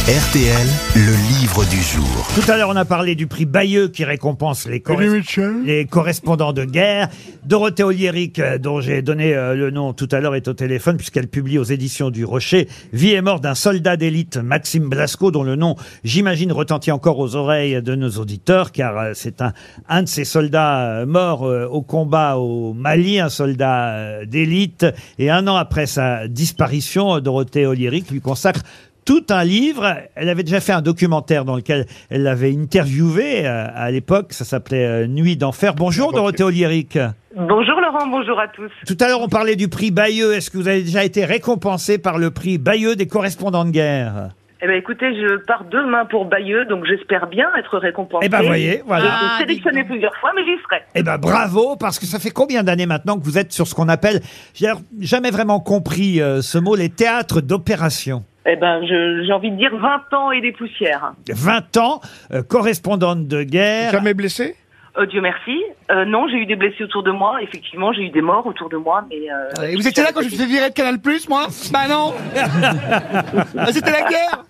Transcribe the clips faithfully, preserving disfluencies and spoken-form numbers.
R T L, le livre du jour. Tout à l'heure, on a parlé du prix Bayeux qui récompense les, corres- les correspondants de guerre. Dorothée Oliéric, dont j'ai donné euh, le nom tout à l'heure, est au téléphone puisqu'elle publie aux éditions du Rocher Vie et mort d'un soldat d'élite, Maxime Blasco, dont le nom, j'imagine, retentit encore aux oreilles de nos auditeurs, car euh, c'est un, un de ces soldats euh, morts euh, au combat au Mali, un soldat euh, d'élite. Et un an après sa disparition, Dorothée Oliéric lui consacre tout un livre. Elle avait déjà fait un documentaire dans lequel elle l'avait interviewé euh, à l'époque. Ça s'appelait euh, Nuit d'enfer. Bonjour Dorothée Oliéric. Bonjour Laurent, bonjour à tous. Tout à l'heure, on parlait du prix Bayeux. Est-ce que vous avez déjà été récompensé par le prix Bayeux des correspondants de guerre ? Eh ben écoutez, je pars demain pour Bayeux, donc j'espère bien être récompensée. Eh ben voyez, voilà. J'ai été sélectionnée plusieurs fois, mais j'y serai. Eh ben bravo, parce que ça fait combien d'années maintenant que vous êtes sur ce qu'on appelle, j'ai jamais vraiment compris euh, ce mot, les théâtres d'opération. Eh ben, je- j'ai envie de dire vingt ans et des poussières. vingt ans, euh, correspondante de guerre. Jamais blessé? Euh, Dieu merci. Euh, non, j'ai eu des blessés autour de moi. Effectivement, j'ai eu des morts autour de moi, mais... Euh, Et vous étiez là quand je me suis fait virer de Canal Plus, moi? Bah non. Ah, c'était la guerre.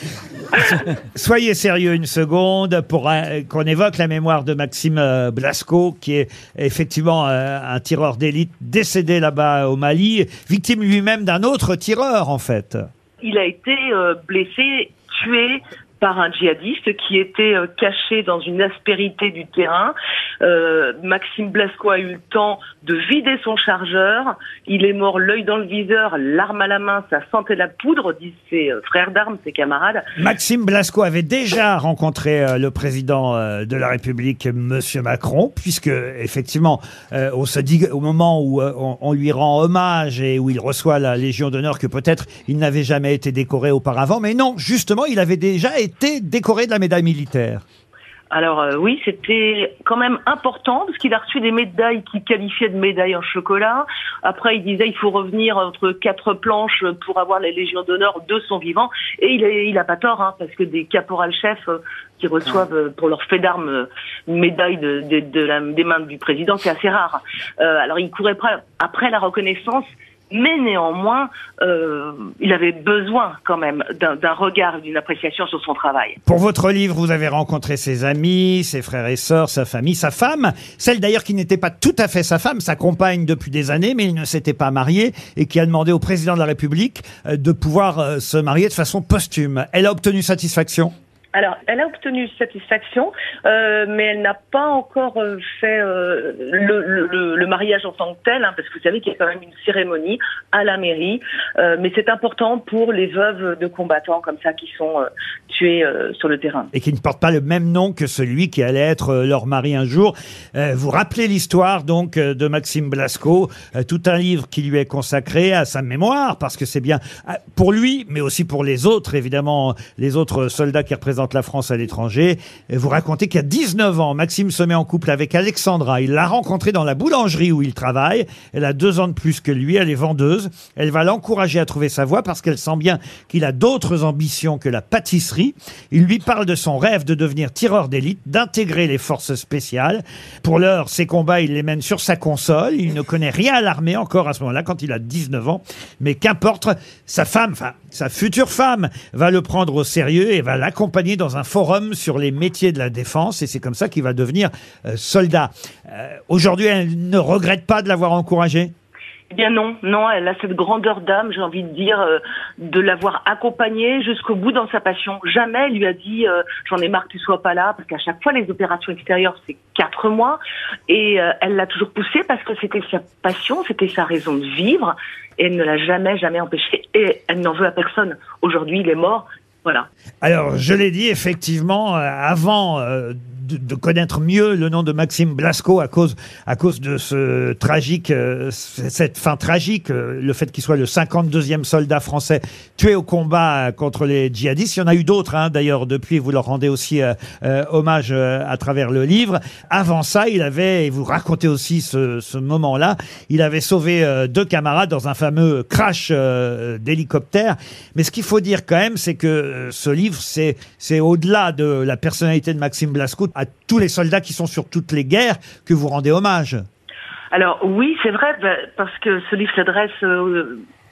Soyez sérieux une seconde pour euh, qu'on évoque la mémoire de Maxime euh, Blasco, qui est effectivement euh, un tireur d'élite décédé là-bas au Mali, victime lui-même d'un autre tireur en fait. Il a été euh, blessé, tué par un djihadiste qui était euh, caché dans une aspérité du terrain. Euh, Maxime Blasco a eu le temps de vider son chargeur. Il est mort l'œil dans le viseur, l'arme à la main, ça sentait la poudre, disent ses euh, frères d'armes, ses camarades. Maxime Blasco avait déjà rencontré euh, le président euh, de la République, Monsieur Macron, puisque effectivement, euh, on se dit au moment où euh, on, on lui rend hommage et où il reçoit la Légion d'honneur que peut-être il n'avait jamais été décoré auparavant, mais non, justement, il avait déjà été décoré de la médaille militaire. Alors euh, oui, c'était quand même important parce qu'il a reçu des médailles qu'il qualifiait de médailles en chocolat. Après, il disait il faut revenir entre quatre planches pour avoir la Légion d'honneur de son vivant. Et il a, il a pas tort, hein, parce que des caporal-chefs euh, qui reçoivent euh, pour leur fait d'armes euh, une médaille de, de, de la, des mains du président, c'est assez rare. Euh, alors il courait après, après la reconnaissance. Mais néanmoins, euh, il avait besoin quand même d'un, d'un regard, d'une appréciation sur son travail. Pour votre livre, vous avez rencontré ses amis, ses frères et sœurs, sa famille, sa femme, celle d'ailleurs qui n'était pas tout à fait sa femme, sa compagne depuis des années, mais il ne s'était pas marié et qui a demandé au président de la République euh, de pouvoir euh, se marier de façon posthume. Elle a obtenu satisfaction ? Alors, elle a obtenu satisfaction, euh, mais elle n'a pas encore euh, fait euh, le, le, le mariage en tant que tel, hein, parce que vous savez qu'il y a quand même une cérémonie à la mairie, euh, mais c'est important pour les veuves de combattants comme ça qui sont euh, tués euh, sur le terrain. Et qui ne porte pas le même nom que celui qui allait être euh, leur mari un jour. Euh, vous rappelez l'histoire donc euh, de Maxime Blasco, euh, tout un livre qui lui est consacré à sa mémoire, parce que c'est bien euh, pour lui, mais aussi pour les autres, évidemment, les autres soldats qui représentent la France à l'étranger. Et vous racontez qu'il y a dix-neuf ans, Maxime se met en couple avec Alexandra. Il l'a rencontrée dans la boulangerie où il travaille. Elle a deux ans de plus que lui, elle est vendeuse. Elle va l'encourager à trouver sa voie parce qu'elle sent bien qu'il a d'autres ambitions que la pâtisserie. Il lui parle de son rêve de devenir tireur d'élite, d'intégrer les forces spéciales. Pour l'heure, ses combats, il les mène sur sa console. Il ne connaît rien à l'armée encore à ce moment-là, quand il a dix-neuf ans. Mais qu'importe, sa femme, enfin, sa future femme, va le prendre au sérieux et va l'accompagner dans un forum sur les métiers de la défense. Et c'est comme ça qu'il va devenir euh, soldat. Euh, aujourd'hui, elle ne regrette pas de l'avoir encouragé ? Eh bien non, non, elle a cette grandeur d'âme, j'ai envie de dire, euh, de l'avoir accompagnée jusqu'au bout dans sa passion. Jamais elle lui a dit euh, j'en ai marre que tu sois pas là, parce qu'à chaque fois les opérations extérieures c'est quatre mois, et euh, elle l'a toujours poussée parce que c'était sa passion, c'était sa raison de vivre, et elle ne l'a jamais, jamais empêché, et elle n'en veut à personne. Aujourd'hui il est mort, voilà. Alors, je l'ai dit, effectivement, euh, avant euh, de, de connaître mieux le nom de Maxime Blasco à cause, à cause de ce tragique, euh, cette fin tragique, euh, le fait qu'il soit le cinquante-deuxième soldat français tué au combat contre les djihadistes. Il y en a eu d'autres, hein, d'ailleurs, depuis, vous leur rendez aussi euh, euh, hommage euh, à travers le livre. Avant ça, il avait, et vous racontez aussi ce, ce moment-là, il avait sauvé euh, deux camarades dans un fameux crash euh, d'hélicoptère. Mais ce qu'il faut dire quand même, c'est que ce livre, c'est, c'est au-delà de la personnalité de Maxime Blasco, à tous les soldats qui sont sur toutes les guerres, que vous rendez hommage. Alors oui, c'est vrai, parce que ce livre s'adresse euh,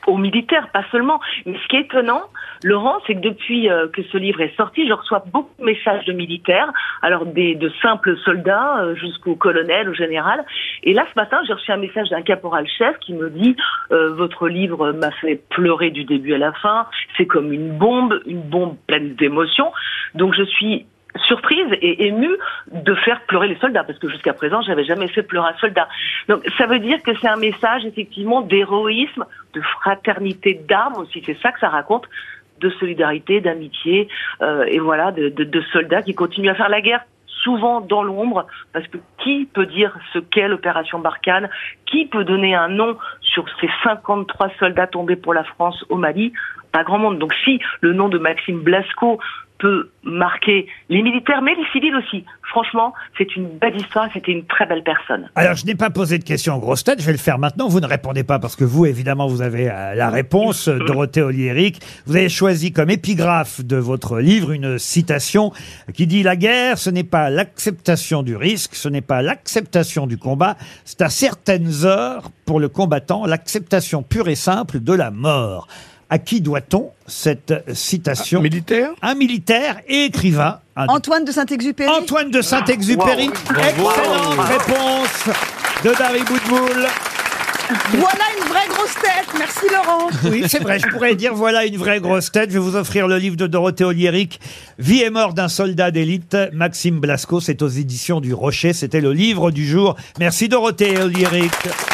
aux militaires, pas seulement. Mais ce qui est étonnant, Laurent, c'est que depuis euh, que ce livre est sorti, je reçois beaucoup de messages de militaires, alors des de simples soldats euh, jusqu'au colonel, au général. Et là, ce matin, j'ai reçu un message d'un caporal-chef qui me dit euh, « Votre livre m'a fait pleurer du début à la fin. C'est comme une bombe, une bombe pleine d'émotions. » Donc, je suis surprise et émue de faire pleurer les soldats, parce que jusqu'à présent, j'avais jamais fait pleurer un soldat. Donc, ça veut dire que c'est un message, effectivement, d'héroïsme, de fraternité d'armes aussi. C'est ça que ça raconte, de solidarité, d'amitié, euh, et voilà, de, de, de soldats qui continuent à faire la guerre, souvent dans l'ombre, parce que qui peut dire ce qu'est l'opération Barkhane? Qui peut donner un nom sur ces cinquante-trois soldats tombés pour la France au Mali? Pas grand monde. Donc si le nom de Maxime Blasco peut marquer les militaires, mais les civils aussi. Franchement, c'est une belle histoire, c'était une très belle personne. Alors, je n'ai pas posé de question aux grosses têtes, je vais le faire maintenant. Vous ne répondez pas parce que vous, évidemment, vous avez euh, la réponse, euh, Dorothée Oliéric. Vous avez choisi comme épigraphe de votre livre une citation qui dit « La guerre, ce n'est pas l'acceptation du risque, ce n'est pas l'acceptation du combat, c'est à certaines heures, pour le combattant, l'acceptation pure et simple de la mort ». À qui doit-on cette citation? Un militaire? Un militaire et écrivain. Un... Antoine de Saint-Exupéry. Antoine de Saint-Exupéry. Wow. Excellente Wow. réponse de Dari Boudboul. Voilà une vraie grosse tête. Merci Laurent. Oui, c'est vrai, je pourrais dire voilà une vraie grosse tête. Je vais vous offrir le livre de Dorothée Oliéric, Vie et mort d'un soldat d'élite, Maxime Blasco. C'est aux éditions du Rocher. C'était le livre du jour. Merci Dorothée Oliéric.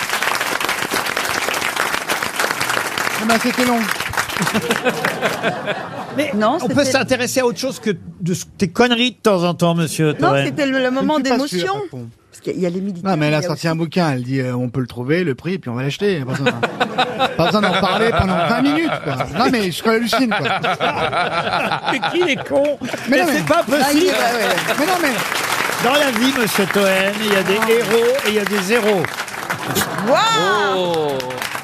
Ah ben, c'était long. Mais Non, on peut c'était- s'intéresser à autre chose que de tes conneries de temps en temps, monsieur Non, Toen. c'était le, le moment Je ne suis pas d'émotion. sûr, par contre. Parce qu'il y a les militaires. Non, mais elle a il y a sorti aussi- un bouquin, elle dit euh, on peut le trouver, le prix, et puis on va l'acheter. Pas besoin, pas besoin d'en parler pendant vingt minutes, quoi. Non, mais je hallucine, quoi. Mais qui est con? Mais, non, c'est mais- pas Ah, il possible. est- ouais, ouais. Mais non, mais. Dans la vie, monsieur Toen, il y a des héros et il y a des zéros. Waouh